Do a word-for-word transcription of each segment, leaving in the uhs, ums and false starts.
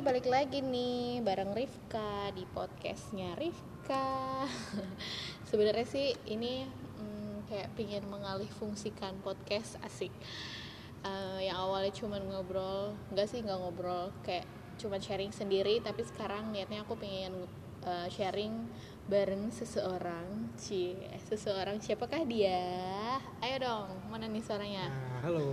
balik lagi nih bareng Rifka di podcastnya Rifka. Sebenarnya sih ini hmm, kayak pingin mengalih fungsikan podcast asik. Uh, yang awalnya cuma ngobrol, enggak sih nggak ngobrol, kayak cuma sharing sendiri. Tapi sekarang niatnya aku pengen uh, sharing bareng seseorang. Cie, seseorang siapakah dia? Ayo dong, mana nih suaranya? Nah, halo.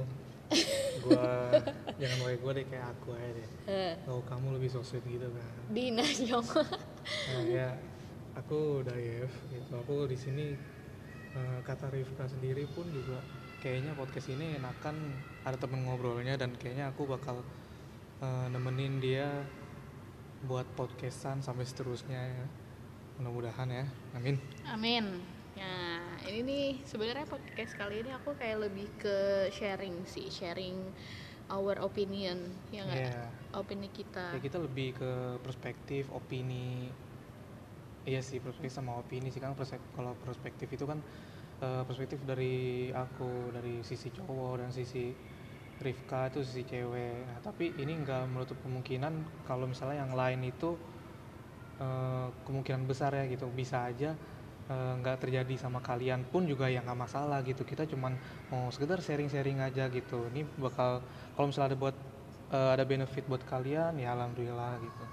Gua jangan pakai gua deh, kayak aku aja deh. Uh, Tahu kamu lebih so sweet gitu kan. Dina Yong. Nah, ya aku Dayef gitu. Aku di sini uh, kata Rifka sendiri pun juga kayaknya podcast ini enakan ada temen ngobrolnya, dan kayaknya aku bakal uh, nemenin dia buat podcastan sampai seterusnya ya. Mudah-mudahan ya. Amin. Amin. Nah, ini nih sebenarnya podcast kali ini aku kayak lebih ke sharing sih, sharing our opinion, ya nggak? Yeah. Opini kita. Ya kita lebih ke perspektif, opini. Iya sih, perspektif sama opini sih kan. Kalau perspektif itu kan uh, perspektif dari aku, dari sisi cowok, dan sisi Rifka itu sisi cewek. Nah, tapi ini nggak menutup kemungkinan kalau misalnya yang lain itu uh, kemungkinan besar ya gitu, bisa aja nggak uh, terjadi sama kalian pun juga ya nggak masalah gitu. Kita cuman mau sekedar sharing-sharing aja gitu. Ini bakal kalau misalnya ada buat uh, ada benefit buat kalian ya alhamdulillah gitu.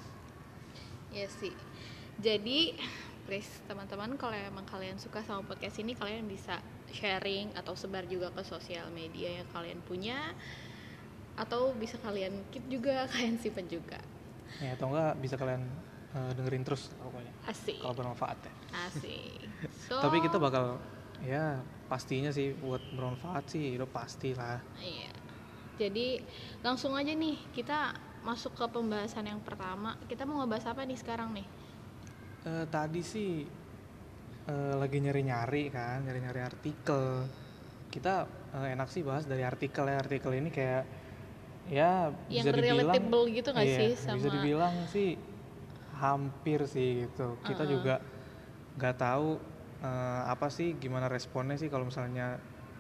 Ya sih. Jadi please teman-teman, kalau emang kalian suka sama podcast ini, kalian bisa sharing atau sebar juga ke sosial media yang kalian punya, atau bisa kalian keep juga, kalian simpan juga. Ya atau enggak bisa kalian uh, dengerin terus pokoknya. Asik. Kalau bermanfaat ya. Asik. So, tapi kita bakal ya pastinya sih buat bermanfaat sih, itu pastilah. Iya. Jadi langsung aja nih kita masuk ke pembahasan yang pertama. Kita mau ngebahas apa nih sekarang nih? Uh, tadi sih uh, lagi nyari-nyari kan, nyari-nyari artikel. Kita uh, enak sih bahas dari artikel ya. Artikel ini kayak ya yang bisa dibilang relatable gitu nggak iya, sih sama? Bisa dibilang sih hampir sih gitu. Kita uh-uh. juga nggak tahu uh, apa sih gimana responnya sih kalau misalnya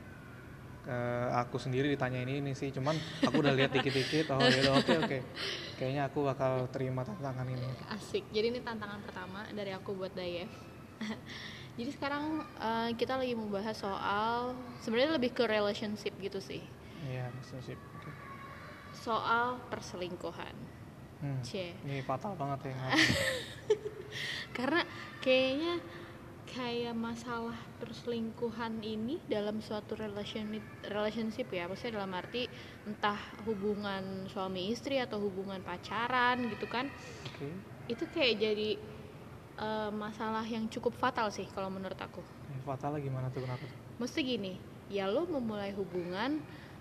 uh, aku sendiri ditanya ini ini sih. Cuman aku udah lihat dikit-dikit. Oh ya oke oke. Kayaknya aku bakal terima tantangan ini. Asik. Jadi ini tantangan pertama dari aku buat Dayef. Jadi sekarang uh, kita lagi mau bahas soal sebenarnya lebih ke relationship gitu sih. Iya, relationship. Okay. Soal perselingkuhan. Hmm, ini fatal banget ya. Karena kayaknya kayak masalah perselingkuhan ini dalam suatu relationship relationship ya, maksudnya dalam arti entah hubungan suami istri atau hubungan pacaran gitu kan. Okay. Itu kayak jadi uh, masalah yang cukup fatal sih kalau menurut aku. Eh, fatal gimana tuh, kenapa? Mesti gini, ya lo memulai hubungan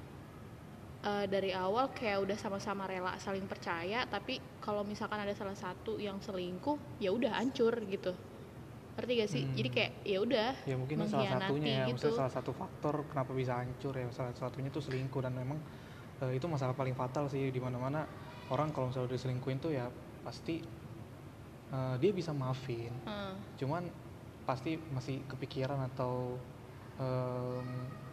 Uh, dari awal kayak udah sama-sama rela saling percaya, tapi kalau misalkan ada salah satu yang selingkuh ya udah hancur gitu, ngerti gak sih? Hmm. Jadi kayak ya udah ya mungkin salah satunya ya, gitu. Salah satu faktor kenapa bisa hancur ya, salah satunya tuh selingkuh. Dan memang uh, itu masalah paling fatal sih, di mana-mana orang kalau misalnya udah selingkuhin tuh ya pasti uh, dia bisa maafin, hmm. cuman pasti masih kepikiran atau um,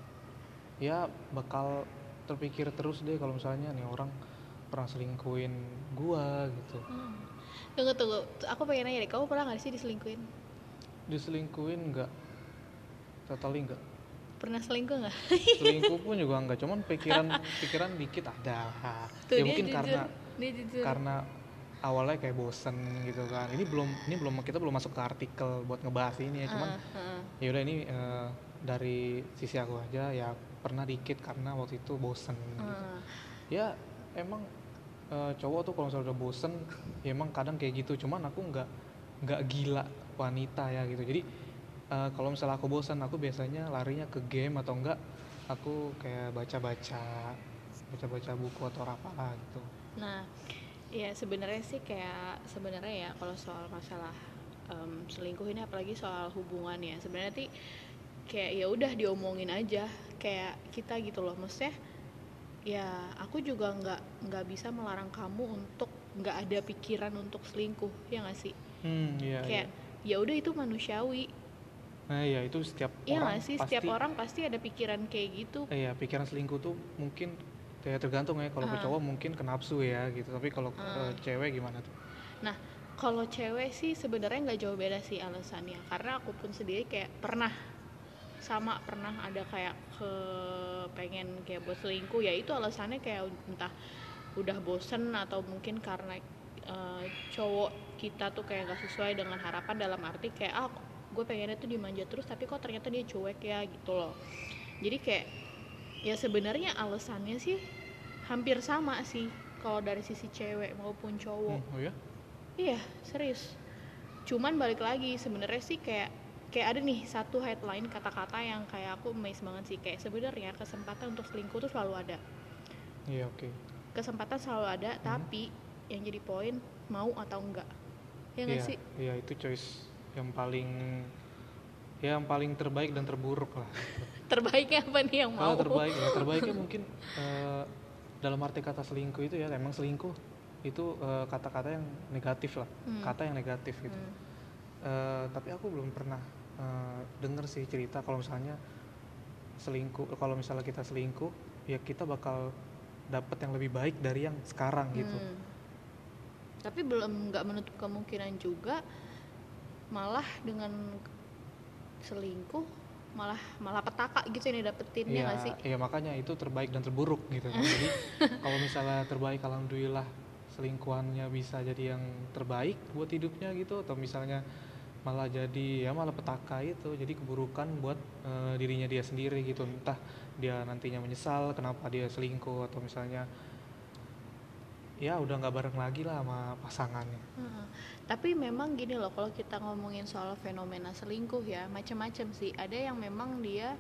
ya bakal terpikir terus deh kalau misalnya nih orang pernah selingkuhin gua gitu. Hmm. Tunggu tunggu, aku pengen nanya deh, kamu pernah nggak sih diselingkuhin? Diselingkuhin nggak, totally nggak. Pernah selingkuh nggak? Selingkuh pun juga nggak, cuman pikiran pikiran dikit ada. Tuh, ya mungkin jujur, karena karena awalnya kayak bosen gitu kan. Ini belum ini belum kita belum masuk ke artikel buat ngebahas ini ya, cuman uh, uh. ya udah ini uh, dari sisi aku aja ya. Pernah dikit karena waktu itu bosen gitu. Hmm. Ya emang e, cowok tuh kalau misalnya udah bosen ya emang kadang kayak gitu. Cuman aku nggak nggak gila wanita ya gitu. Jadi e, kalau misalnya aku bosen, aku biasanya larinya ke game atau enggak aku kayak baca-baca baca-baca buku atau apa gitu. Nah ya sebenarnya sih kayak sebenarnya ya kalau soal masalah um, selingkuh ini, apalagi soal hubungan ya, sebenarnya sih kayak ya udah diomongin aja kayak kita gitu loh. Maksudnya ya aku juga nggak nggak bisa melarang kamu untuk nggak ada pikiran untuk selingkuh, ya nggak sih? Hmm, iya, kayak iya. Ya udah itu manusiawi. Nah iya itu setiap ya orang sih? pasti. Setiap orang pasti ada pikiran kayak gitu. Iya, pikiran selingkuh tuh mungkin Ya tergantung ya, kalau uh. ke cowok mungkin ke nafsu ya gitu, tapi kalau uh. uh, cewek gimana tuh? Nah, kalau cewek sih sebenarnya nggak jauh beda sih alasannya, karena aku pun sendiri kayak pernah sama pernah ada kayak ke pengen kayak buat selingkuh, ya itu alasannya kayak entah udah bosen atau mungkin karena uh, cowok kita tuh kayak nggak sesuai dengan harapan, dalam arti kayak ah gue pengennya tuh dimanja terus tapi kok ternyata dia cuek ya gitu loh. Jadi kayak ya sebenarnya alasannya sih hampir sama sih kalau dari sisi cewek maupun cowok. Hmm, oh ya? Iya, serius. Cuman balik lagi sebenarnya sih kayak kayak ada nih satu headline kata-kata yang kayak aku amazed banget sih, kayak sebenarnya kesempatan untuk selingkuh tuh selalu ada. Iya, oke. Okay. Kesempatan selalu ada, hmm. tapi yang jadi poin mau atau enggak. Ya enggak iya, sih? Iya, itu choice yang paling ya yang paling terbaik dan terburuk lah. Terbaiknya apa nih yang mau? Kalau terbaik ya, terbaiknya mungkin uh, dalam arti kata selingkuh itu ya, emang selingkuh itu uh, kata-kata yang negatif lah, hmm. kata yang negatif gitu. Hmm. Uh, tapi aku belum pernah uh, denger sih cerita kalau misalnya selingkuh, kalau misalnya kita selingkuh ya kita bakal dapat yang lebih baik dari yang sekarang gitu. Hmm. Tapi belum, nggak menutup kemungkinan juga malah dengan selingkuh malah malah petaka gitu yang didapetinnya nggak sih? Iya, makanya itu terbaik dan terburuk gitu. Jadi kalau misalnya terbaik, alhamdulillah selingkuhannya bisa jadi yang terbaik buat hidupnya gitu, atau misalnya malah jadi ya malah petaka itu, jadi keburukan buat uh, dirinya dia sendiri gitu. Entah dia nantinya menyesal kenapa dia selingkuh, atau misalnya ya udah nggak bareng lagi lah sama pasangannya. Hmm. Tapi memang gini loh, kalau kita ngomongin soal fenomena selingkuh ya macam-macam sih. Ada yang memang dia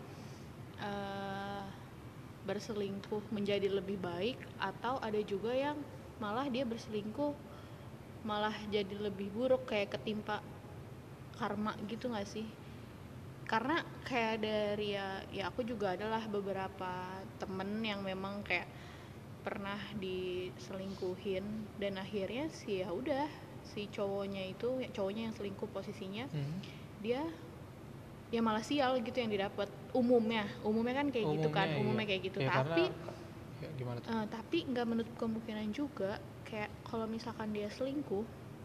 uh, berselingkuh menjadi lebih baik, atau ada juga yang malah dia berselingkuh malah jadi lebih buruk, kayak ketimpa karma gitu nggak sih? Karena kayak dari ya, ya aku juga adalah beberapa temen yang memang kayak pernah diselingkuhin dan akhirnya sih ya udah si cowoknya itu, cowoknya yang selingkuh posisinya, hmm. dia ya malah sial gitu yang didapat. Umumnya, umumnya kan kayak umumnya, gitu kan, umumnya iya. kayak gitu. Ya, tapi ya, gimana tuh? Uh, tapi nggak menutup kemungkinan juga kayak kalau misalkan dia selingkuh,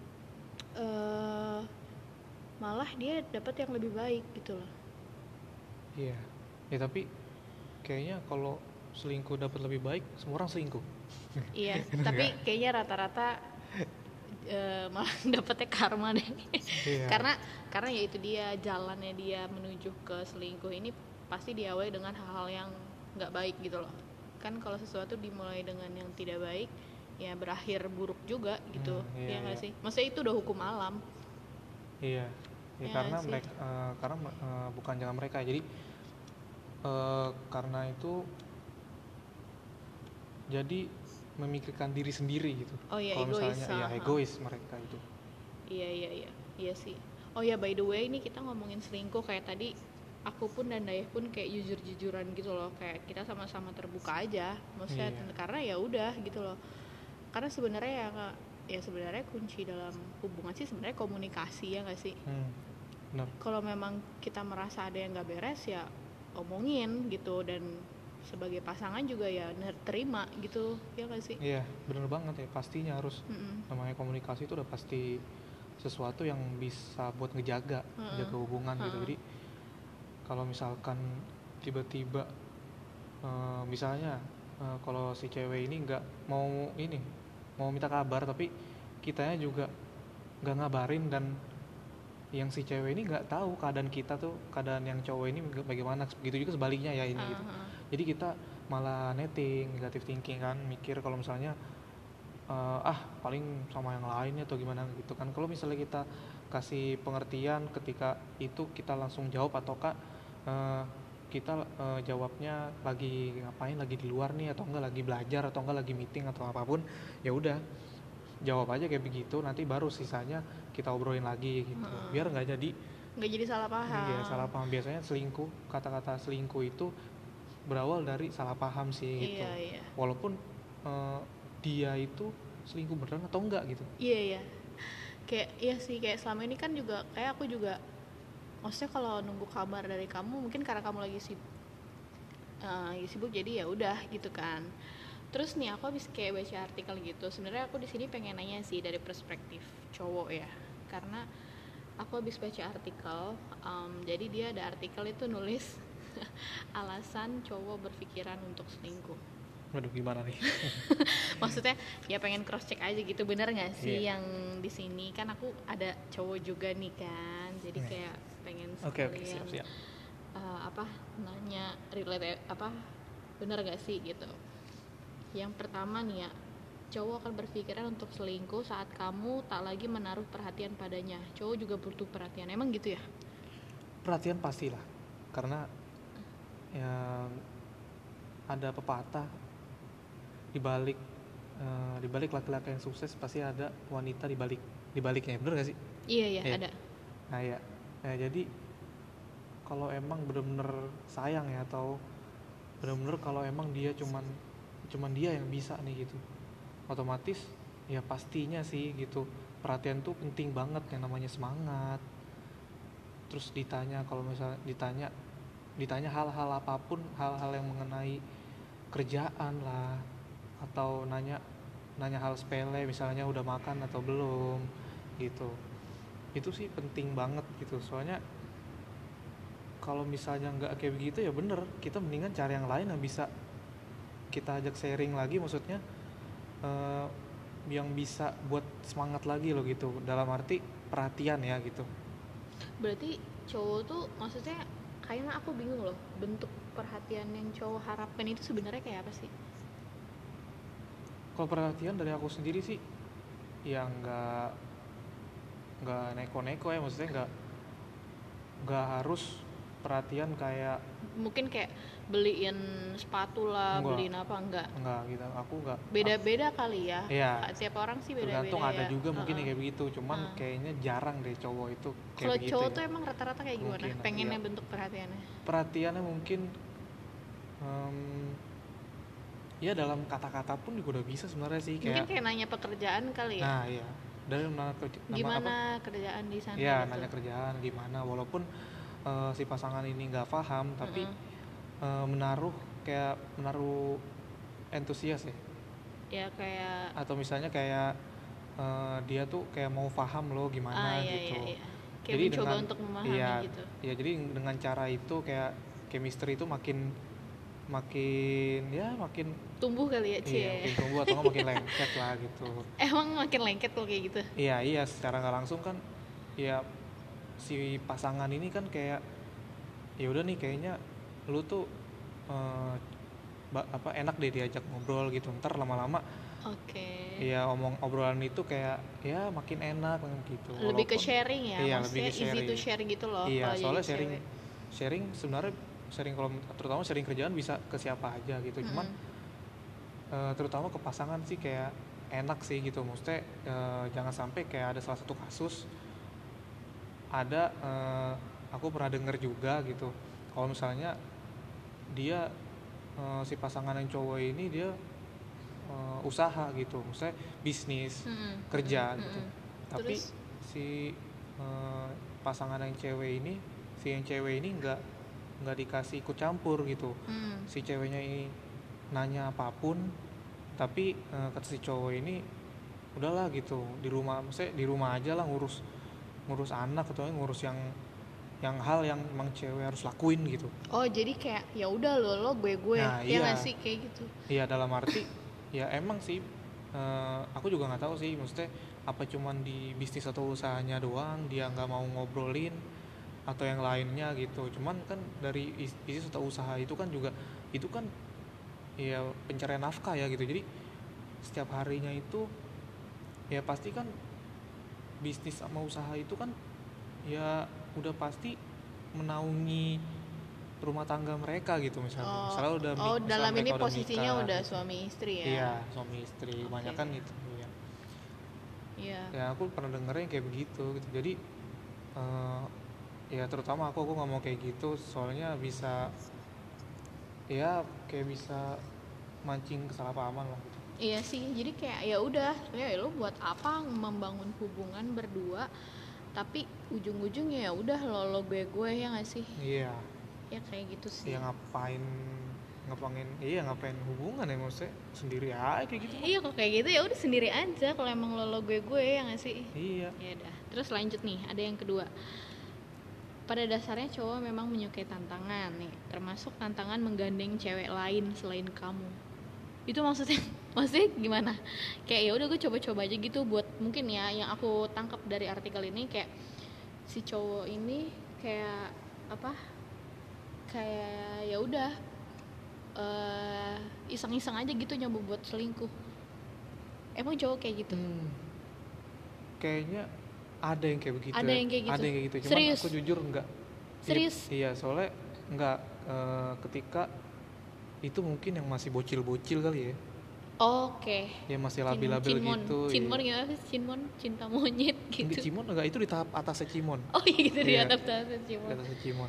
uh, malah dia dapat yang lebih baik gitu loh. Iya, ya tapi kayaknya kalau selingkuh dapat lebih baik, semua orang selingkuh. Iya, tapi kayaknya rata-rata uh, malah dapetnya karma deh. Iya. karena karena ya itu dia, jalannya dia menuju ke selingkuh ini pasti diawali dengan hal-hal yang nggak baik gitu loh. Kan kalau sesuatu dimulai dengan yang tidak baik ya berakhir buruk juga gitu. Hmm, iya, ya nggak iya. sih? Maksudnya itu udah hukum alam. Iya, ya, ya karena mereka uh, karena uh, bukan jangan mereka, jadi uh, karena itu jadi memikirkan diri sendiri gitu. Oh iya, kalau egois. Misalnya ya egois mereka itu. Iya iya iya, iya sih. Oh ya, by the way ini kita ngomongin selingkuh, kayak tadi aku pun dan Dayah pun kayak jujur-jujuran gitu loh, kayak kita sama-sama terbuka aja, maksudnya iya. Karena ya udah gitu loh. Karena sebenarnya ya ya sebenarnya kunci dalam hubungan sih sebenarnya komunikasi, ya nggak sih? Hmm, benar. Kalau memang kita merasa ada yang nggak beres ya omongin gitu, dan sebagai pasangan juga ya terima gitu, ya nggak sih? Iya, benar banget ya, pastinya harus. Mm-mm. Namanya komunikasi itu udah pasti sesuatu yang bisa buat ngejaga, Mm-mm. ngejaga hubungan Mm-mm. gitu. Jadi kalau misalkan tiba-tiba uh, misalnya uh, kalau si cewek ini nggak mau ini mau minta kabar, tapi kitanya juga nggak ngabarin, dan yang si cewek ini nggak tahu keadaan kita tuh, keadaan yang cowok ini bagaimana, begitu juga sebaliknya ya ini uh-huh. gitu. Jadi kita malah netting, negative thinking kan, mikir kalau misalnya uh, ah paling sama yang lainnya atau gimana gitu kan. Kalau misalnya kita kasih pengertian ketika itu, kita langsung jawab, ataukah uh, kita uh, jawabnya lagi ngapain, lagi di luar nih, atau enggak lagi belajar, atau enggak lagi meeting atau apapun, ya udah jawab aja kayak begitu, nanti baru sisanya kita obrolin lagi gitu. Hmm. Biar nggak jadi nggak jadi salah paham. Iya, salah paham. Biasanya selingkuh, kata-kata selingkuh itu berawal dari salah paham sih gitu. Iya, iya. Walaupun uh, dia itu selingkuh beneran atau enggak gitu. Iya iya. Kayak iya sih, kayak selama ini kan juga kayak aku juga, maksudnya kalau nunggu kabar dari kamu mungkin karena kamu lagi sibuk, uh, lagi sibuk jadi ya udah gitu kan. Terus nih aku habis kayak baca artikel gitu. Sebenarnya aku di sini pengen nanya sih dari perspektif cowok ya, karena aku habis baca artikel. Um, jadi dia ada artikel itu nulis alasan cowok berpikiran untuk selingkuh. Waduh, gimana nih? Maksudnya ya pengen cross check aja gitu, bener nggak sih yeah. yang di sini kan aku ada cowok juga nih kan, jadi yeah. kayak pengen sekalian okay, okay, siap, siap. Uh, apa nanya relate apa bener nggak sih gitu. Yang pertama nih ya, cowok akan berpikiran untuk selingkuh saat kamu tak lagi menaruh perhatian padanya. Cowok juga butuh perhatian, emang gitu ya? Perhatian pastilah, karena ya ada pepatah di balik uh, di balik laki-laki yang sukses pasti ada wanita di balik di baliknya, bener gak sih? Iya iya ya. ada. Nah ya, nah, jadi kalau emang bener-bener sayang ya, atau bener-bener kalau emang dia cuman cuman dia yang bisa nih gitu, otomatis ya pastinya sih gitu, perhatian tuh penting banget, yang namanya semangat. Terus ditanya, kalau misalnya ditanya ditanya hal-hal apapun, hal-hal yang mengenai kerjaan lah, atau nanya nanya hal sepele, misalnya udah makan atau belum gitu, itu sih penting banget gitu. Soalnya kalau misalnya nggak kayak begitu ya bener, kita mendingan cari yang lain yang bisa kita ajak sharing lagi, maksudnya uh, yang bisa buat semangat lagi loh gitu, dalam arti perhatian ya gitu. Berarti cowok tuh maksudnya kayaknya aku bingung loh, bentuk perhatian yang cowok harapkan itu sebenarnya kayak apa sih? Kalau perhatian dari aku sendiri sih ya nggak nggak neko-neko ya, maksudnya nggak nggak harus perhatian kayak mungkin kayak beliin sepatu lah, enggak, beliin apa, enggak enggak gitu, aku enggak, beda-beda aku, kali ya, iya, tiap orang sih beda-beda, tergantung ada ya. juga mungkin uh-uh. yang kayak begitu, cuman uh. kayaknya jarang deh cowok itu kayak kalau begitu. Cowok ya. Tuh emang rata-rata kayak gimana mungkin, pengennya iya. bentuk perhatiannya perhatiannya mungkin um, ya dalam kata-kata pun juga udah bisa sebenarnya sih, kayak mungkin kayak nanya pekerjaan kali ya. Nah iya, dari nanya kerja, gimana apa? kerjaan di sana ya gitu. Nanya kerjaan gimana, walaupun uh, si pasangan ini nggak paham, tapi uh-uh. Uh, menaruh kayak menaruh entusias ya. Ya kayak. Atau misalnya kayak uh, dia tuh kayak mau paham loh gimana ah, iya, gitu. Iya, iya. Kayak jadi mencoba dengan, untuk memahami iya, gitu. Iya, jadi dengan cara itu kayak chemistry itu makin makin ya makin tumbuh kali ya, Cie. Iya, makin tumbuh atau makin lengket lah gitu. Emang makin lengket kalau kayak gitu? Iya, iya, secara nggak langsung kan ya si pasangan ini kan kayak ya udah nih kayaknya lu tuh uh, ba- apa enak deh diajak ngobrol gitu, ntar lama-lama oke okay. ya omong obrolan itu kayak ya makin enak gitu, lebih walaupun, ke sharing ya, iya, maksudnya lebih ke sharing. Easy to share gitu loh. Iya, soalnya sharing cewek. sharing sebenarnya sharing kalau terutama sharing kerjaan bisa ke siapa aja gitu, hmm. cuman uh, terutama ke pasangan sih kayak enak sih gitu, maksudnya uh, jangan sampai kayak ada salah satu kasus ada uh, aku pernah denger juga gitu, kalau misalnya dia uh, si pasangan yang cowok ini dia uh, usaha gitu, maksudnya bisnis, hmm. kerja hmm. gitu, hmm. tapi Terus? si uh, pasangan yang cewek ini si yang cewek ini nggak nggak dikasih ikut campur gitu, hmm. si ceweknya ini nanya apapun, tapi uh, kata si cowok ini udahlah gitu, di rumah, maksudnya di rumah aja lah, ngurus ngurus anak atau ngurus yang yang hal yang emang cewek harus lakuin gitu. Oh, jadi kayak ya udah lo lo gue gue nah, ya nggak iya. sih kayak gitu. Iya, dalam arti ya emang sih uh, aku juga nggak tahu sih, maksudnya apa cuman di bisnis atau usahanya doang dia nggak mau ngobrolin atau yang lainnya gitu. Cuman kan dari bisnis atau usaha itu kan juga itu kan ya pencarian nafkah ya gitu. Jadi setiap harinya itu ya pasti kan bisnis sama usaha itu kan ya udah pasti menaungi rumah tangga mereka gitu, misalnya. Oh, misalnya udah oh dalam ini posisinya udah, udah suami istri ya. Iya, suami istri, okay. Banyak kan gitu ya. Iya. Ya aku pernah dengerin kayak begitu gitu. Jadi uh, ya terutama aku aku nggak mau kayak gitu, soalnya bisa ya kayak bisa mancing kesalahpahaman lah gitu. Iya sih, jadi kayak ya udah, ya lo buat apa membangun hubungan berdua, tapi ujung-ujungnya ya udah lo lo gue gue ya nggak sih? Iya. Ya kayak gitu sih. Ya ngapain ngapain iya ngapain hubungan ya, maksudnya sendiri aja kayak gitu. Iya kok kayak gitu ya udah sendiri aja kalau emang lo lo gue gue ya nggak sih. Iya. Ya udah terus lanjut nih, ada yang kedua. Pada dasarnya cowok memang menyukai tantangan nih, termasuk tantangan menggandeng cewek lain selain kamu. Itu maksudnya maksudnya gimana? Kayak ya udah gue coba-coba aja gitu buat mungkin ya yang aku tangkap dari artikel ini kayak si cowok ini kayak apa? Kayak ya udah uh, iseng-iseng aja gitu nyoba buat selingkuh. Emang cowok kayak gitu? Hmm. Kayaknya ada yang kayak begitu. Ada yang kayak gitu. Ada yang kayak gitu. Cuman serius? Aku jujur enggak. Serius? Iya, iya soalnya enggak uh, ketika itu mungkin yang masih bocil-bocil kali ya. Oke. Okay. Ya masih labil-labil gitu. Cimon iya. Gimana sih Cimon? Cinta monyet gitu. Enggak, Cimon enggak, itu di tahap atasnya Cimon. Oh iya gitu di iya. atas atasnya Cimon. Di atasnya Cimon.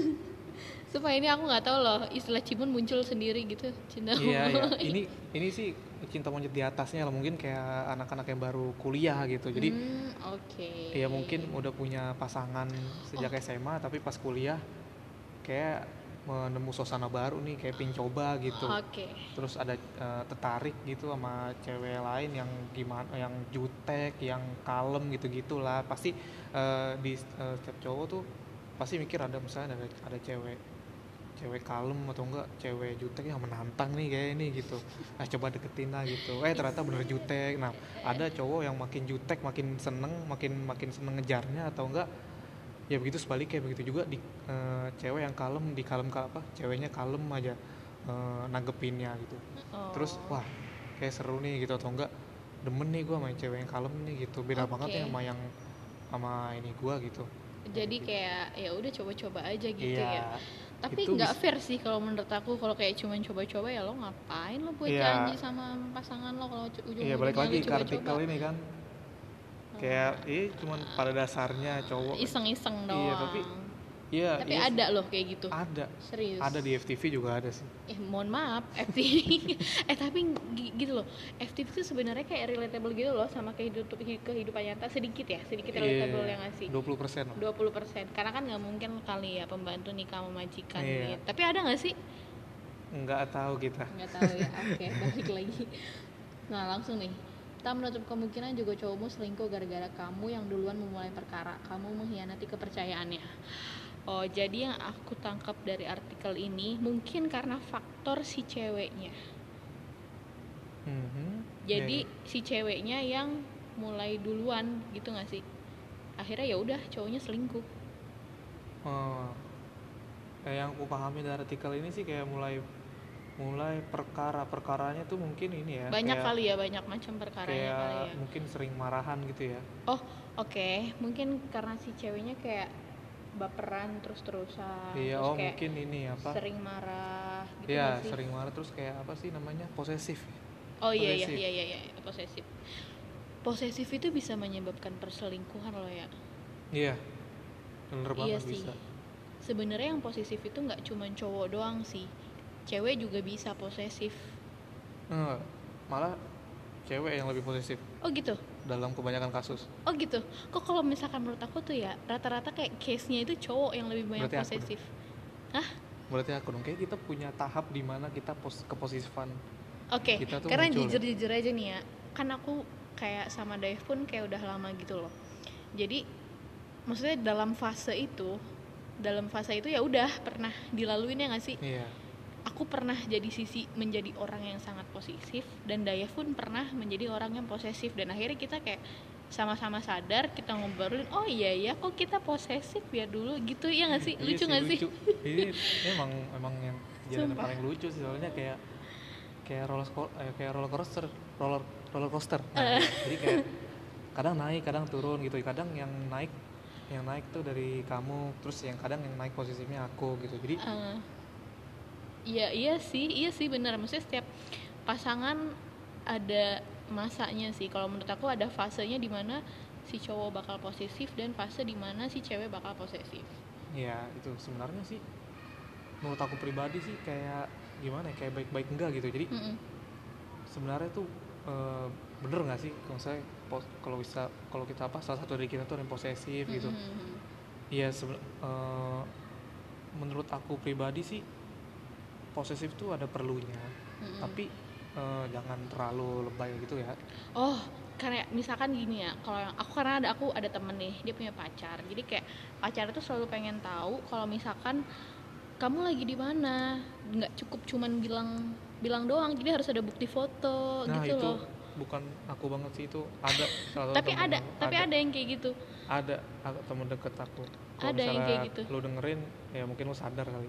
Supaya ini aku nggak tahu loh istilah Cimon muncul sendiri gitu. Cinta iya, monyet. Iya, ini ini sih cinta monyet di atasnya lah, mungkin kayak anak-anak yang baru kuliah gitu. Jadi hmm, oke. Okay. Ya mungkin udah punya pasangan sejak oh. S M A, tapi pas kuliah kayak menemu suasana baru nih, kayak pin coba gitu. Oke. Okay. Terus ada uh, tertarik gitu sama cewek lain yang gimana, yang jutek, yang kalem gitu-gitulah. Pasti uh, di uh, setiap cowok tuh pasti mikir ada misalnya ada ada cewek cewek kalem atau enggak cewek jutek yang menantang nih kayak ini gitu. Nah coba deketin lah gitu. Eh ternyata bener jutek. Nah ada cowok yang makin jutek makin seneng, makin makin seneng ngejarnya atau enggak ya begitu sebaliknya, begitu juga di uh, cewek yang kalem di kalem apa ceweknya kalem aja uh, nanggepinnya gitu. Oh. Terus wah kayak seru nih gitu atau enggak demen nih gue sama cewek yang kalem nih gitu. Beda okay. banget ya sama yang sama ini gue gitu. Jadi gitu. Kayak ya udah coba-coba aja gitu iya. ya. Tapi nggak bis- fair sih kalau menurut aku, kalau kayak cuman coba-coba ya lo ngapain lo buat yeah. janji sama pasangan lo kalau ujung-ujungnya yeah, balik lagi ke artikel ini kan oh. kayak eh cuman pada dasarnya cowok iseng-iseng doang. Iya tapi iya. Tapi iya, ada loh kayak gitu. Ada. Serius. Ada di F T V juga ada sih. Eh mohon maaf F T V. eh tapi g- gitu loh. F T V itu sebenarnya kayak relatable gitu loh sama kehidupan kehidupan nyata sedikit ya, sedikit relatable yeah, yang ngasih. dua puluh persen. dua puluh persen. Karena kan enggak mungkin kali ya pembantu nikah sama majikan yeah. gitu. Tapi ada enggak sih? Enggak tahu kita. Enggak tahu ya. Oke, okay, balik lagi. Nah, langsung nih. Tak menutup kemungkinan juga cowokmu selingkuh gara-gara kamu yang duluan memulai perkara. Kamu mengkhianati kepercayaannya. Oh, jadi yang aku tangkap dari artikel ini mungkin karena faktor si ceweknya. Mm-hmm. Jadi yeah. si ceweknya yang mulai duluan gitu nggak sih? Akhirnya ya udah cowoknya selingkuh. Oh, kayak yang aku pahami dari artikel ini sih kayak mulai mulai perkara perkaranya tuh mungkin ini ya. Banyak kayak, kali ya, banyak macam perkaranya kayak kali ya. Mungkin sering marahan gitu ya. Oh, oke. Okay. Mungkin karena si ceweknya kayak baperan terus-terusan. Iya, terus oh kayak mungkin ini apa? Sering marah gitu. Iya, sering marah terus kayak apa sih namanya? Posesif. Oh iya iya iya iya, iya. posesif. Posesif itu bisa menyebabkan perselingkuhan loh ya. Iya. Bener banget iya sih. bisa. Sebenarnya yang posesif itu enggak cuma cowok doang sih. Cewek juga bisa posesif. Enggak, malah cewek yang lebih posesif. Oh gitu? Dalam kebanyakan kasus. Oh gitu? Kok kalau misalkan menurut aku tuh ya rata-rata kayak case-nya itu cowok yang lebih banyak Berarti posesif. Hah? Berarti aku dong, kayak kita punya tahap di mana kita pos- keposesifan. Oke, okay. Karena jujur-jujur aja nih ya, kan aku kayak sama Dave pun kayak udah lama gitu loh. Jadi maksudnya dalam fase itu, dalam fase itu ya udah pernah dilaluin ya nggak sih? Iya. Aku pernah jadi sisi menjadi orang yang sangat posesif dan Dave pun pernah menjadi orang yang posesif dan akhirnya kita kayak sama-sama sadar, kita ngobrolin, oh iya ya kok kita posesif ya dulu gitu ya nggak sih? Lucu nggak sih? Ini emang emang yang jadi yang paling lucu sih soalnya kayak kayak roller kayak roller coaster roller roller coaster nah, uh. jadi kayak kadang naik kadang turun gitu, kadang yang naik yang naik tuh dari kamu, terus yang kadang yang naik posisinya aku gitu, jadi uh, iya iya sih iya sih benar, maksudnya setiap pasangan ada masanya sih, kalau menurut aku ada fasenya di mana si cowok bakal posesif dan fase di mana si cewek bakal posesif. Iya itu sebenarnya sih menurut aku pribadi sih kayak gimana ya, kayak baik-baik enggak gitu, jadi mm-mm. sebenarnya tuh e, bener nggak sih kalau saya kalau bisa kalau kita apa salah satu dari kita tuh yang posesif mm-hmm. gitu. Iya sebe- e, menurut aku pribadi sih posesif tuh ada perlunya, mm-hmm. tapi uh, jangan terlalu lebay gitu ya. Oh, karena misalkan gini ya, kalau aku karena ada aku ada temen nih, dia punya pacar, jadi kayak pacar itu selalu pengen tahu kalau misalkan kamu lagi di mana, nggak cukup cuman bilang bilang doang, jadi harus ada bukti foto nah, gitu itu loh. Bukan aku banget sih, itu ada tapi ada tapi ada. ada yang kayak gitu, ada temen deket aku. Kalo ada yang kayak gitu, lu dengerin ya mungkin lu sadar kali.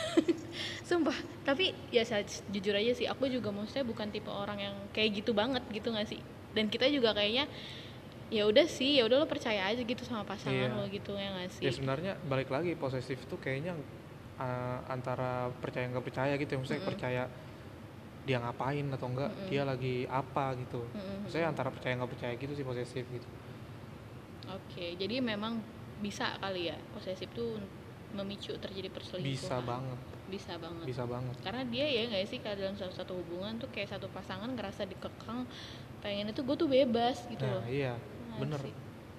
Sumpah, tapi ya jujur aja sih, aku juga maksudnya bukan tipe orang yang kayak gitu banget gitu nggak sih, dan kita juga kayaknya ya udah sih, ya udah lo percaya aja gitu sama pasangan iya. lo gitu ya nggak sih. Ya sebenarnya balik lagi, posesif tuh kayaknya uh, antara percaya nggak percaya gitu ya, maksudnya mm-hmm. percaya dia ngapain atau enggak, mm-hmm. dia lagi apa gitu, mm-hmm. maksudnya antara percaya nggak percaya gitu sih posesif gitu. Oke, okay, jadi memang bisa kali ya posesif tuh memicu terjadi perselingkuhan. Bisa banget. Bisa banget. Bisa banget. Karena dia ya nggak sih, kalau dalam satu hubungan tuh kayak satu pasangan ngerasa dikekang, pengen itu gue tuh bebas gitu nah, loh. Iya, nah, bener. Sih.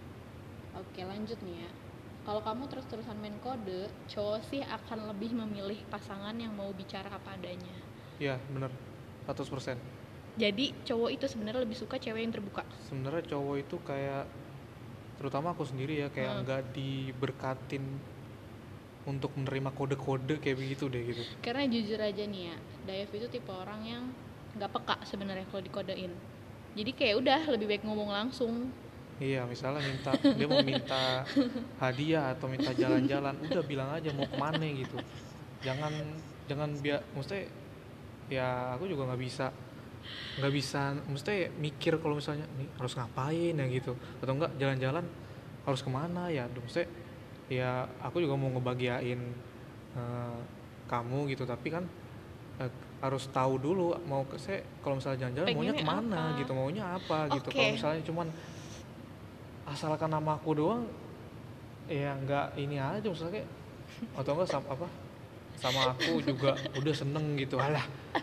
Oke, lanjut nih ya. Kalau kamu terus-terusan main kode, cowok sih akan lebih memilih pasangan yang mau bicara apa adanya. Iya, bener. seratus persen. Jadi cowok itu sebenarnya lebih suka cewek yang terbuka. Sebenarnya cowok itu kayak, terutama aku sendiri ya, kayak nggak hmm. diberkatin untuk menerima kode-kode kayak begitu deh gitu. Karena jujur aja nih ya, Dayef itu tipe orang yang nggak peka sebenarnya kalau dikodein. Jadi kayak udah lebih baik ngomong langsung. Iya, misalnya minta dia mau minta hadiah atau minta jalan-jalan, udah bilang aja mau kemana gitu. Jangan jangan biar, mesti ya aku juga nggak bisa nggak bisa mesti mikir kalau misalnya nih harus ngapain ya gitu, atau enggak jalan-jalan harus kemana ya, mesti ya aku juga mau ngebahagiain uh, kamu gitu, tapi kan uh, harus tahu dulu mau ke saya kalau misalnya jalan-jalan pengennya maunya kemana apa? gitu maunya apa okay. gitu. Kalau misalnya cuman asalkan nama aku doang ya nggak ini aja, misalnya kayak atau enggak sama apa sama aku juga udah seneng gitu, alah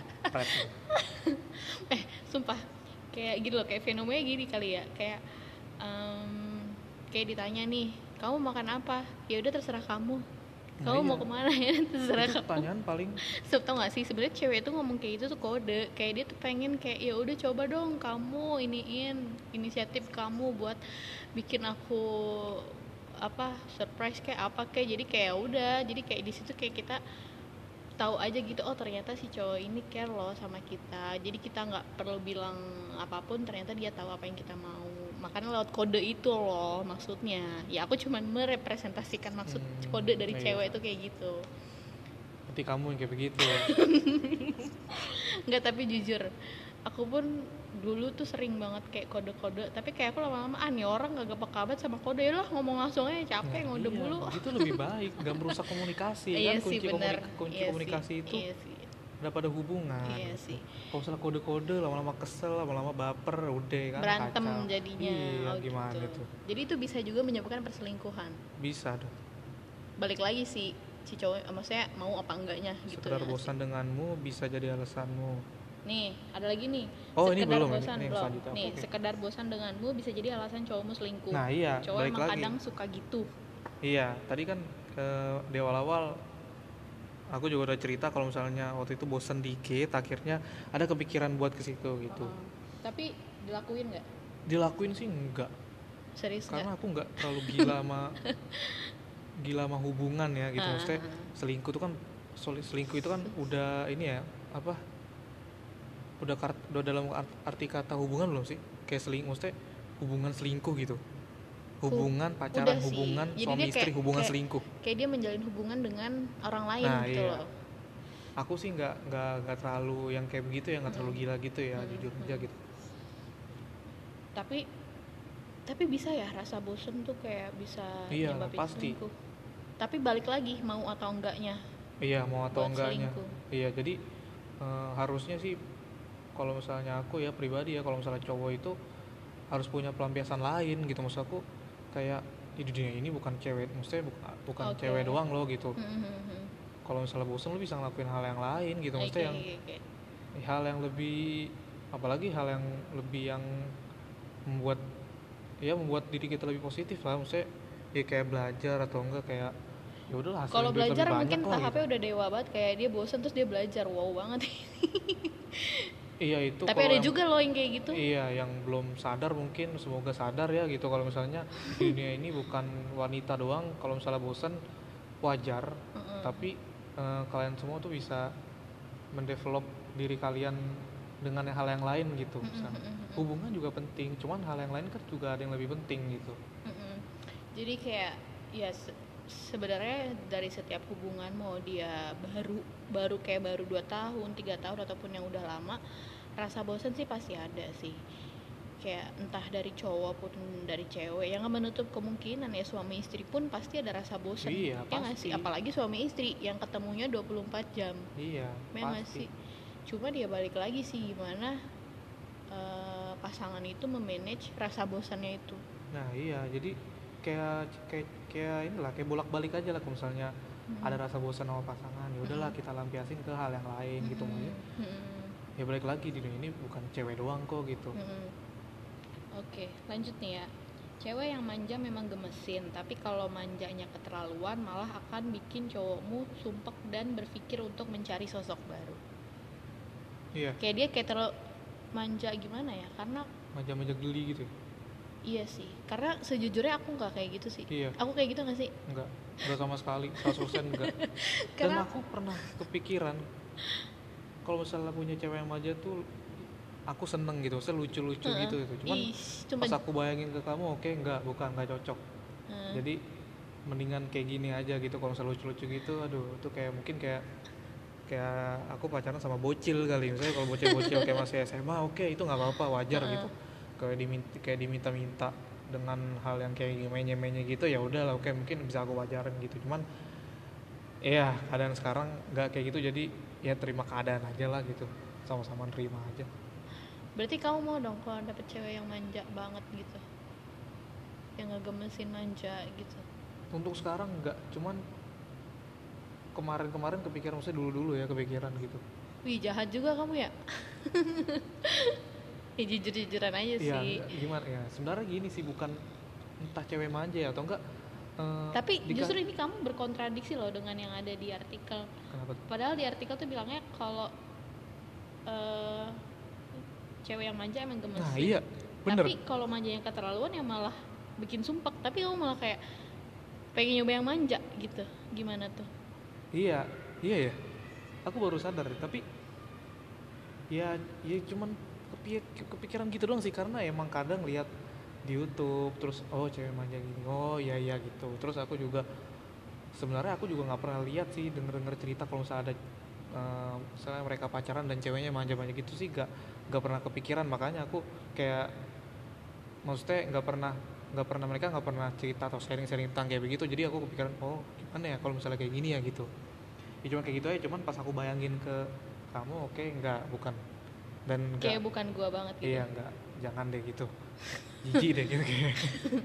eh sumpah kayak gitu loh, kayak fenomena gini kali ya, kayak um, kayak ditanya nih kamu makan apa, ya udah terserah kamu, kamu nah, mau iya. kemana ya terserah itu kamu. Pertanyaan paling so, tau gak sih sebenarnya cewek itu ngomong kayak gitu tuh kode, kayak dia tuh pengen kayak ya udah coba dong kamu iniin inisiatif kamu buat bikin aku apa surprise kayak apa kayak, jadi kayak udah jadi kayak di situ kayak kita tahu aja gitu, oh ternyata si cowok ini care loh sama kita, jadi kita nggak perlu bilang apapun, ternyata dia tahu apa yang kita mau, makanya lewat kode itu loh maksudnya. Ya aku cuma merepresentasikan maksud hmm, kode dari iya. cewek itu kayak gitu. Berarti kamu yang kayak begitu ya? Nggak, tapi jujur aku pun dulu tuh sering banget kayak kode-kode, tapi kayak aku lama-lama ah nih orang gak peka banget sama kode, ya lah ngomong langsung aja capek, nah, ngode iya, mulu. Itu lebih baik, gak merusak komunikasi. Iya kan sih, kunci, komunik- kunci iya komunikasi sih, itu iya sih. daripada hubungan. Iya sih. Kalau misalnya kode-kode lama-lama kesel, lama-lama baper, udah kan berantem kacau. jadinya. Iya, oh, gimana gitu. itu? Jadi itu bisa juga menyebabkan perselingkuhan. Bisa dong. Balik lagi sih si cowok, maksudnya mau apa enggaknya gitu. Sekedar ya, bosan sih. Denganmu bisa jadi alasanmu. Nih, ada lagi nih. Oh, ini belum bosan, ini, ini belum. Nih, okay. sekedar bosan denganmu bisa jadi alasan cowokmu selingkuh. Nah, iya, cowok emang lagi. Kadang suka gitu. Iya, tadi kan eh, di awal-awal aku juga udah cerita kalau misalnya waktu itu bosan dikit, akhirnya ada kepikiran buat ke situ gitu. Uh, tapi dilakuin nggak? Dilakuin sih enggak. Serius? Karena gak? aku nggak terlalu gila sama gila sama hubungan ya gitu. Uh, Maksudnya selingkuh itu kan selingkuh itu kan udah ini ya apa? Udah, kart, udah dalam arti kata hubungan belum sih? Kayak seling, maksudnya hubungan selingkuh gitu. Hubungan pacaran, hubungan suami istri, kayak, hubungan kayak, selingkuh. Kayak dia menjalin hubungan dengan orang lain nah, gitu iya. loh. Aku sih nggak nggak nggak terlalu yang kayak begitu ya, nggak terlalu gila gitu ya, hmm. jujur aja gitu. Tapi tapi bisa ya rasa bosen tuh kayak bisa iya, nyebabin pasti. selingkuh. Tapi balik lagi mau atau enggaknya. Iya, mau atau enggaknya. Selingkuh. Iya, jadi uh, harusnya sih kalau misalnya aku ya pribadi ya, kalau misalnya cowok itu harus punya pelampiasan lain gitu. Maksud aku kayak di dunia ini bukan cewek, maksudnya bukan, bukan okay. cewek doang loh gitu. Mm-hmm. Kalau misalnya bosan lo bisa ngelakuin hal yang lain gitu, maksudnya okay, yang okay. hal yang lebih, apalagi hal yang lebih yang membuat ya membuat diri kita lebih positif lah, maksudnya ya kayak belajar atau enggak kayak ya udahlah kalau belajar mungkin lah, tahapnya gitu. udah dewa banget, kayak dia bosan terus dia belajar, wow banget. Iya itu. Tapi ada yang, juga loh yang kayak gitu. Iya, yang belum sadar mungkin semoga sadar ya gitu, kalau misalnya di dunia ini bukan wanita doang kalau misalnya bosan, wajar. Uh-uh. Tapi uh, kalian semua tuh bisa mendevelop diri kalian dengan hal yang lain gitu. Misalnya uh-uh. hubungan juga penting, cuman hal yang lain kan juga ada yang lebih penting gitu. Uh-uh. Jadi kayak ya se- sebenarnya dari setiap hubungan, mau dia baru baru kayak baru dua tahun, tiga tahun ataupun yang udah lama, rasa bosan sih pasti ada sih. Kayak entah dari cowok pun dari cewek, yang nggak menutup kemungkinan ya suami istri pun pasti ada rasa bosan. Iya, ya nggak sih, apalagi suami istri yang ketemunya dua puluh empat jam. Iya, ya nggak sih. Cuma dia balik lagi sih gimana uh, pasangan itu memanage rasa bosannya itu. Nah iya, jadi kayak kayak kayak inilah, kayak bolak-balik aja lah. Kalau misalnya hmm. ada rasa bosan sama pasangan, ya udahlah hmm. kita lampiasin ke hal yang lain hmm. gitu. Maksudnya hmm. ya balik lagi, di dunia ini bukan cewek doang kok gitu. hmm. Oke, lanjut nih ya. Cewek yang manja memang gemesin, tapi kalau manjanya keterlaluan malah akan bikin cowokmu sumpek dan berpikir untuk mencari sosok baru. Iya. Kayak dia kayak terlalu manja gimana ya, karena manja-manja geli gitu. Iya sih, karena sejujurnya aku nggak kayak gitu sih. Iya. Aku kayak gitu nggak sih? Enggak, enggak sama sekali, seratus persen enggak. Dan aku pernah kepikiran kalau misalnya punya cewek yang manja tuh aku seneng gitu, maksudnya lucu-lucu uh, gitu gitu. Cuman ish, pas aku bayangin ke kamu, oke okay, enggak, bukan, enggak cocok. Uh. Jadi mendingan kayak gini aja gitu. Kalau misalnya lucu-lucu gitu, aduh, itu kayak mungkin kayak kayak aku pacaran sama bocil kali. Misalnya kalau bocil-bocil kayak masih S M A, oke okay, itu nggak apa-apa, wajar uh. gitu. Kayak diminta, kayak diminta-minta dengan hal yang kayak menye-menye gitu, ya udah lah, oke okay, mungkin bisa aku wajarin gitu. Cuman iya, keadaan sekarang nggak kayak gitu, jadi ya terima keadaan aja lah gitu, sama-sama nerima aja. Berarti kamu mau dong kalau dapet cewek yang manja banget gitu, yang ngegemesin, manja gitu? Untuk sekarang nggak, cuman kemarin-kemarin kepikiran, maksudnya dulu-dulu ya kepikiran gitu. Wih, jahat juga kamu ya. Ya jujur-jujuran aja ya, sih. Gimana ya, sebenarnya gini sih, bukan entah cewek manja ya atau enggak. Uh, Tapi dika- justru ini kamu berkontradiksi loh dengan yang ada di artikel. Kenapa? Padahal di artikel tuh bilangnya kalau uh, cewek yang manja emang gemes. Nah iya, bener. Tapi kalau manjanya keterlaluan ya malah bikin sumpek. Tapi kamu malah kayak pengen nyoba yang manja gitu. Gimana tuh? Iya, iya ya. Aku baru sadar, tapi ya, ya cuman kepikiran gitu doang sih, karena emang kadang lihat di YouTube terus oh cewek manja gini, oh iya iya gitu. Terus aku juga sebenarnya aku juga nggak pernah lihat sih, denger denger cerita kalau misalnya ada uh, misalnya mereka pacaran dan ceweknya manja-manja gitu sih, nggak nggak pernah kepikiran. Makanya aku kayak maksudnya nggak pernah nggak pernah mereka nggak pernah cerita atau sharing-sharing tentang kayak begitu. Jadi aku kepikiran oh gimana ya kalau misalnya kayak gini ya gitu. Ya cuma kayak gitu aja. Cuman pas aku bayangin ke kamu, oke okay, nggak, bukan. Dan kayak gak, bukan gua banget gitu. Iya, enggak, jangan deh gitu. Jijik deh gitu kayak.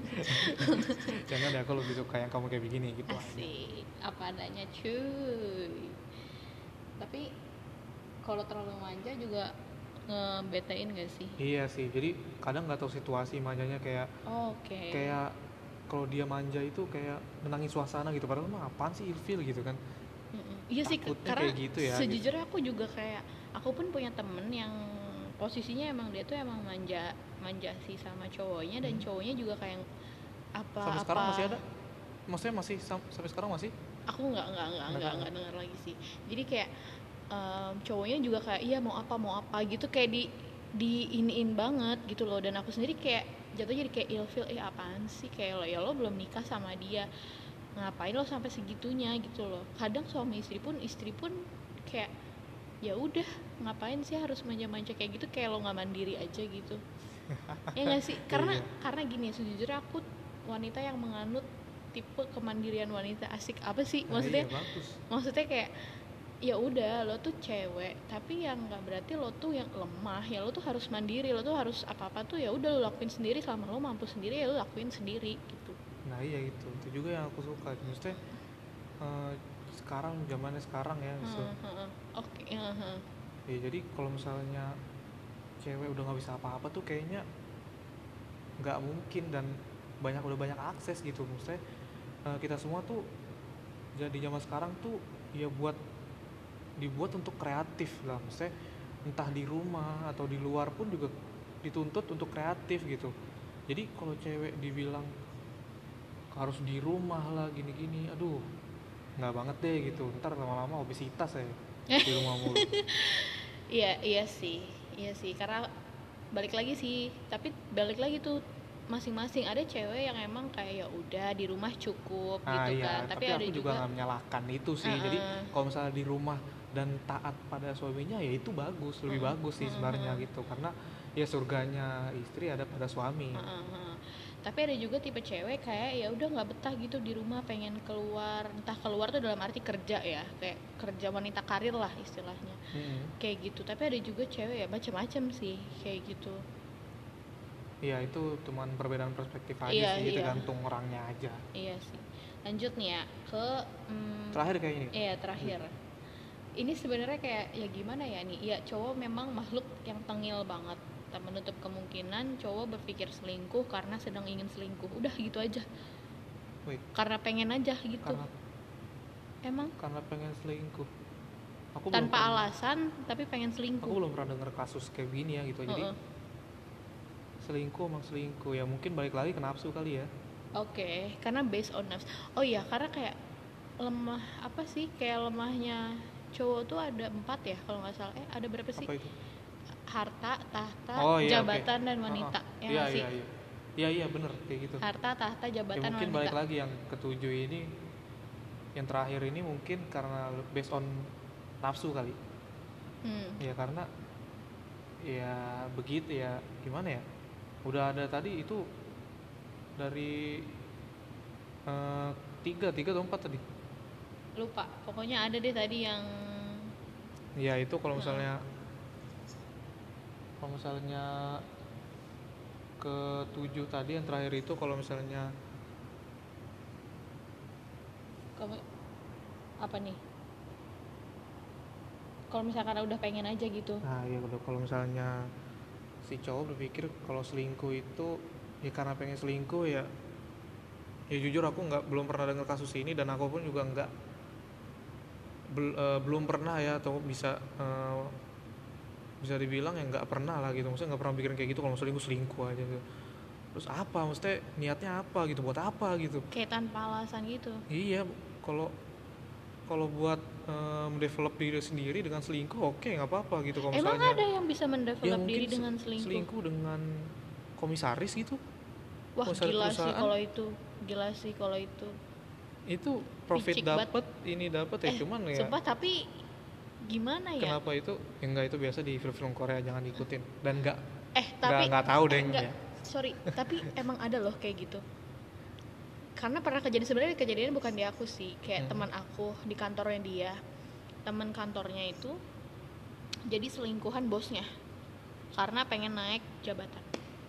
Jangan deh, aku lebih suka yang kamu kayak begini gitu. Asik, aja. Apa adanya cuy. Tapi kalau terlalu manja juga ngebetain gak sih? Iya sih, jadi kadang nggak tahu situasi manjanya kayak. Oh, oke. Okay. Kayak kalau dia manja itu kayak menangis suasana gitu. Padahal mah apaan sih, ilfil gitu kan. Mm-mm. Iya sih, karena gitu ya, sejujurnya gitu. Aku juga kayak aku pun punya temen yang posisinya emang dia tuh emang manja manja sih sama cowoknya, dan hmm. cowoknya juga kayak apa sampai apa sekarang masih ada, maksudnya masih sampai sekarang masih? Aku nggak nggak nggak nggak nggak dengar lagi sih. Jadi kayak um, cowoknya juga kayak iya mau apa mau apa gitu, kayak di di iniin banget gitu loh. Dan aku sendiri kayak jatuhnya jadi kayak ilfil, eh apaan sih, kayak lo ya lo belum nikah sama dia, ngapain lo sampai segitunya gitu loh. Kadang suami istri pun istri pun kayak ya udah ngapain sih harus manja-manja kayak gitu, kayak lo nggak mandiri aja gitu. Ya nggak sih, karena iya. karena gini, sejujurnya aku wanita yang menganut tipe kemandirian wanita. Asik apa sih maksudnya? Nah, iya, maksudnya kayak ya udah lo tuh cewek, tapi yang nggak berarti lo tuh yang lemah ya. Lo tuh harus mandiri, lo tuh harus apa-apa tuh ya udah lo lakuin sendiri, selama lo mampu sendiri ya lo lakuin sendiri gitu. Nah iya gitu, itu juga yang aku suka. Maksudnya uh, sekarang zamannya sekarang ya. So. Uh, uh, uh. Oke. Okay, uh, uh. Ya jadi kalau misalnya cewek udah nggak bisa apa-apa tuh kayaknya nggak mungkin, dan banyak udah banyak akses gitu. Maksudnya uh, kita semua tuh jadi zaman sekarang tuh ya buat dibuat untuk kreatif lah, maksudnya entah di rumah atau di luar pun juga dituntut untuk kreatif gitu. Jadi kalau cewek dibilang harus di rumah lah gini-gini, aduh nggak banget deh gitu, ntar lama-lama obesitas ya di rumah mulu. Iya iya sih, iya sih karena balik lagi sih, tapi balik lagi tuh masing-masing, ada cewek yang emang kayak ya udah di rumah cukup Nah, gitu iya, kan, tapi, tapi ada aku juga nggak menyalahkan itu sih. Uh-uh. Jadi kalau misalnya di rumah dan taat pada suaminya ya itu bagus, lebih uh-uh. bagus sih sebenarnya uh-uh. gitu, karena ya surganya istri ada pada suami. Uh-uh. Tapi ada juga tipe cewek kayak ya udah nggak betah gitu di rumah, pengen keluar, entah keluar tuh dalam arti kerja ya, kayak kerja wanita karir lah istilahnya, mm-hmm. kayak gitu. Tapi ada juga cewek ya macam-macam sih kayak gitu. Iya, itu cuman perbedaan perspektif aja iya, sih, iya. tergantung orangnya aja. Iya sih. Lanjut nih ya ke mm, terakhir kayak ini. Iya terakhir. Hmm. Ini sebenarnya kayak ya gimana ya nih? Ya cowok memang makhluk yang tengil banget. Tak menutup kemungkinan cowok berpikir selingkuh karena sedang ingin selingkuh. Udah gitu aja. Wait. Karena pengen aja gitu. Karena, Emang? Karena pengen selingkuh. Aku tanpa belum alasan pernah, tapi pengen selingkuh. Aku belum pernah dengar kasus kayak gini ya gitu. Uh-uh. Jadi selingkuh emang selingkuh ya, mungkin balik lagi ke nafsu kali ya. Oke, okay, karena based on nafsu. Oh iya, karena kayak lemah apa sih, kayak lemahnya cowok tuh ada empat ya kalau nggak salah. Eh ada berapa sih? Apa itu? Harta, tahta, oh, iya, jabatan, okay. dan wanita. Uh-huh. Ya iya, iya, iya. Iya iya bener kayak gitu. Harta, tahta, jabatan, ya, mungkin wanita. Balik lagi yang ketujuh ini, yang terakhir ini mungkin karena based on nafsu kali. Hmm. Ya karena ya begitu ya, gimana ya? Udah ada tadi itu dari uh, tiga tiga atau empat tadi, lupa, pokoknya ada deh tadi yang ya itu kalau misalnya hmm. kalau misalnya ke tujuh tadi yang terakhir itu kalau misalnya kamu apa nih, kalau misalkan udah pengen aja gitu. Nah iya, kalau misalnya si cowok berpikir kalau selingkuh itu ya karena pengen selingkuh ya, ya jujur aku nggak belum pernah dengar kasus ini, dan aku pun juga nggak bel, uh, belum pernah ya, atau bisa uh, bisa dibilang ya nggak pernah lah gitu, maksudnya nggak pernah pikirin kayak gitu, kalau selingkuh selingkuh aja gitu. Terus apa, maksudnya niatnya apa gitu, buat apa gitu, kayak tanpa alasan gitu. Iya, kalau kalau buat uh, mendevelop diri sendiri dengan selingkuh oke okay, nggak apa-apa gitu. Kalau emang misalnya ada yang bisa mendevelop ya, diri dengan selingkuh selingkuh dengan komisaris gitu. Wah komisaris gila perusahaan. Sih kalau itu gila sih kalau itu itu profit dapat ini dapat ya, eh, cuman ya sumpah, tapi gimana ya, kenapa itu ya, enggak itu biasa di film-film Korea, jangan ikutin, dan enggak eh tapi enggak tahu deh eh, enggak, ya. Sorry tapi emang ada loh kayak gitu, karena pernah kejadian, sebenarnya kejadian bukan di aku sih, kayak hmm. teman aku di kantornya dia, teman kantornya itu jadi selingkuhan bosnya karena pengen naik jabatan.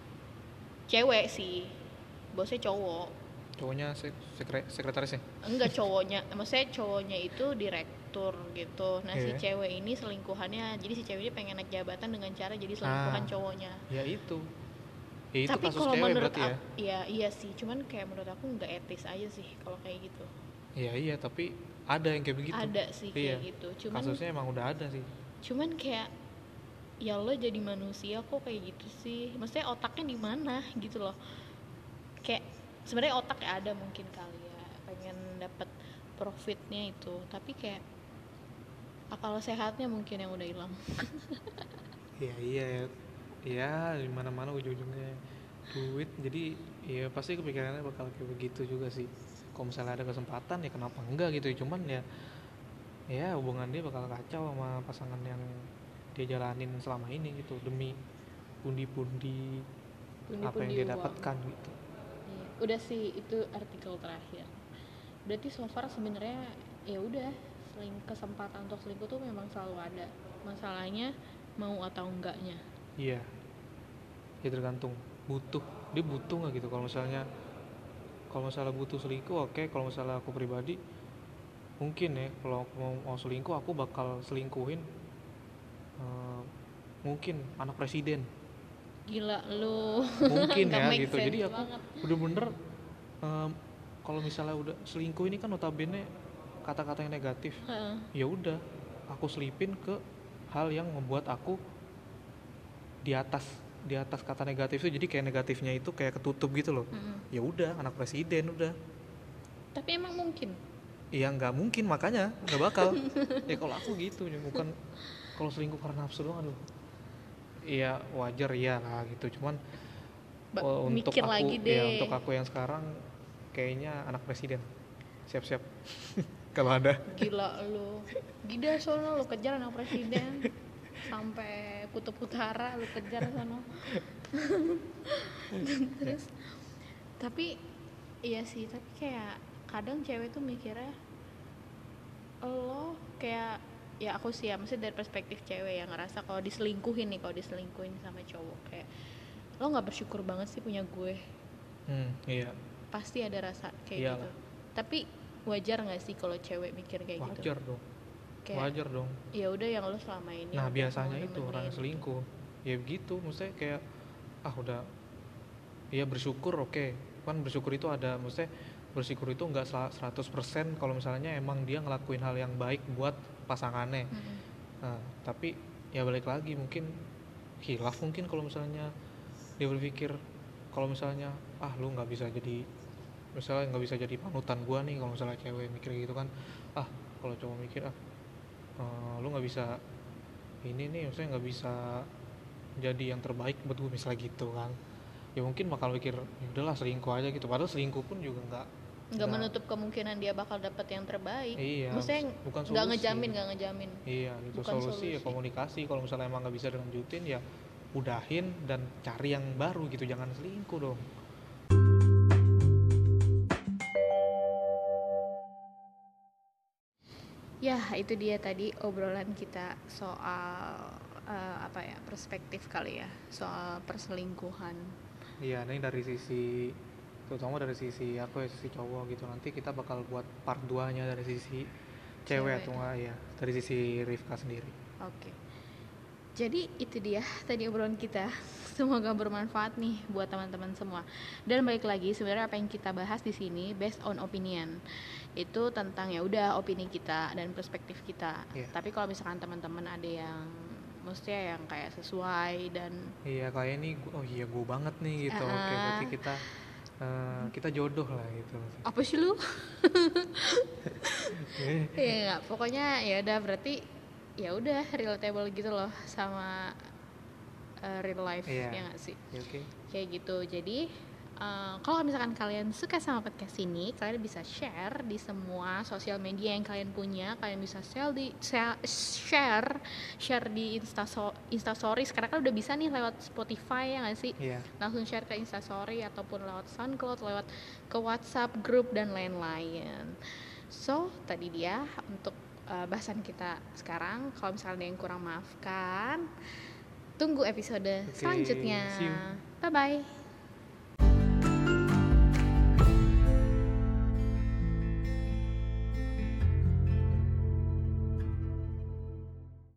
Cewek sih, bosnya cowok. Cowoknya sekre- sekretarisnya? Enggak, cowoknya, maksudnya cowoknya itu direktur gitu. Nah yeah. si cewek ini selingkuhannya, jadi si cewek ini pengen naik jabatan dengan cara jadi selingkuhan ah, cowoknya. Ya itu. Ya, itu tapi kalau menurut aku, ya? ya iya sih, cuman kayak menurut aku nggak etis aja sih kalau kayak gitu. Iya iya, tapi ada yang kayak begitu. Ada sih kayak iya. gitu. Cuman kasusnya emang udah ada sih. Cuman kayak ya lo jadi manusia kok kayak gitu sih. Maksudnya otaknya di mana gitu loh. Kayak sebenarnya otaknya ada mungkin kali ya, pengen dapat profitnya itu, tapi kayak akal sehatnya mungkin yang udah hilang. Iya iya ya. Ya di mana-mana ujung-ujungnya duit, jadi ya pasti kepikirannya bakal kayak begitu juga sih. Kalau misalnya ada kesempatan ya kenapa enggak gitu, cuman ya ya hubungan dia bakal kacau sama pasangan yang dia jalanin selama ini gitu, demi pundi-pundi apa yang dia uang. Dapatkan gitu. Iya. Udah sih itu artikel terakhir. Berarti so far sebenarnya ya udah, seling kesempatan untuk selingkuh tuh memang selalu ada. Masalahnya mau atau enggaknya. Iya, ya tergantung butuh, dia butuh nggak gitu. Kalau misalnya kalau misalnya butuh selingkuh oke, okay. Kalau misalnya aku pribadi mungkin ya, kalau aku mau, mau selingkuh aku bakal selingkuhin uh, mungkin anak presiden. Gila lu. Mungkin ya gitu. Jadi aku bener-bener um, kalau misalnya udah selingkuh ini kan notabene kata-kata yang negatif, uh-uh. ya udah aku selipin ke hal yang membuat aku di atas di atas kata negatif itu, jadi kayak negatifnya itu kayak ketutup gitu loh. uh-uh. Ya udah anak presiden udah. Tapi emang mungkin? Iya nggak mungkin, makanya nggak bakal. Ya kalau aku gitu, bukan kalau selingkuh karena nafsu doang, aduh. Iya wajar ya lah gitu, cuman ba- oh, untuk aku lagi deh. Ya untuk aku yang sekarang kayaknya anak presiden, siap-siap kalau ada. Gila lu, gila sono lu kejar anak presiden sampai kutub utara lu kejar sono. Terus tapi iya sih, tapi kayak kadang cewek tuh mikirnya lo kayak, ya aku sih ya, maksudnya dari perspektif cewek yang ngerasa kalau diselingkuhin nih, kalau diselingkuhin sama cowok, kayak lo nggak bersyukur banget sih punya gue. Hmm, iya. Pasti ada rasa kayak Iyalah. gitu. Tapi wajar nggak sih kalau cewek mikir kayak wajar gitu? Wajar dong. Kayak, wajar dong. Ya udah yang lo selama ini. Nah biasanya itu orang yang selingkuh, ya begitu, maksudnya kayak ah udah, ya bersyukur oke, okay. Kan bersyukur itu ada, maksudnya bersyukur itu nggak seratus persen kalau misalnya emang dia ngelakuin hal yang baik buat pasangannya. Mm-hmm. Nah, tapi ya balik lagi mungkin khilaf mungkin kalau misalnya dia berpikir kalau misalnya ah lu nggak bisa jadi, misalnya nggak bisa jadi panutan gua nih, kalau misalnya cewek mikir gitu kan, ah kalau cowok mikir ah uh, lu nggak bisa ini nih, maksudnya nggak bisa jadi yang terbaik buat gue misalnya gitu kan, ya mungkin bakal mikir ya udahlah selingkuh aja gitu, padahal selingkuh pun juga nggak nggak menutup kemungkinan dia bakal dapat yang terbaik. Iya, maksudnya bukan solusi. Nggak ngejamin, nggak ngejamin. Iya, itu solusi, solusi ya komunikasi. Kalau misalnya emang nggak bisa dilanjutin ya udahin dan cari yang baru gitu, jangan selingkuh dong. Ya itu dia tadi obrolan kita soal uh, apa ya, perspektif kali ya soal perselingkuhan. Iya, ini dari sisi, terutama dari sisi aku ya, sisi cowok gitu. Nanti kita bakal buat part dua nya dari sisi cewek, cewek atau enggak ya, dari sisi Rifka sendiri. Oke, jadi itu dia tadi obrolan kita. Semoga bermanfaat nih buat teman-teman semua. Dan balik lagi, sebenarnya apa yang kita bahas di sini based on opinion. Itu tentang ya udah opini kita dan perspektif kita. Yeah. Tapi kalau misalkan teman-teman ada yang maksudnya yang kayak sesuai dan iya kayak ini, oh iya gue banget nih gitu. Uh, Oke, berarti kita uh, kita jodoh lah gitu. Apa sih lu? Ya enggak, pokoknya ya udah berarti ya udah relatable gitu loh sama uh, real life. Yeah. Ya nggak sih? Yeah, okay. Kayak gitu. Jadi uh, kalau misalkan kalian suka sama podcast ini, kalian bisa share di semua sosial media yang kalian punya. Kalian bisa share di share share di Insta Instastories, karena kan udah bisa nih lewat Spotify ya nggak sih? Yeah. Langsung share ke Instastory ataupun lewat SoundCloud, lewat ke WhatsApp grup dan lain-lain. So tadi dia untuk uh, bahasan kita sekarang. Kalau misalnya ada yang kurang, maafkan. Tunggu episode okay, selanjutnya. Bye bye.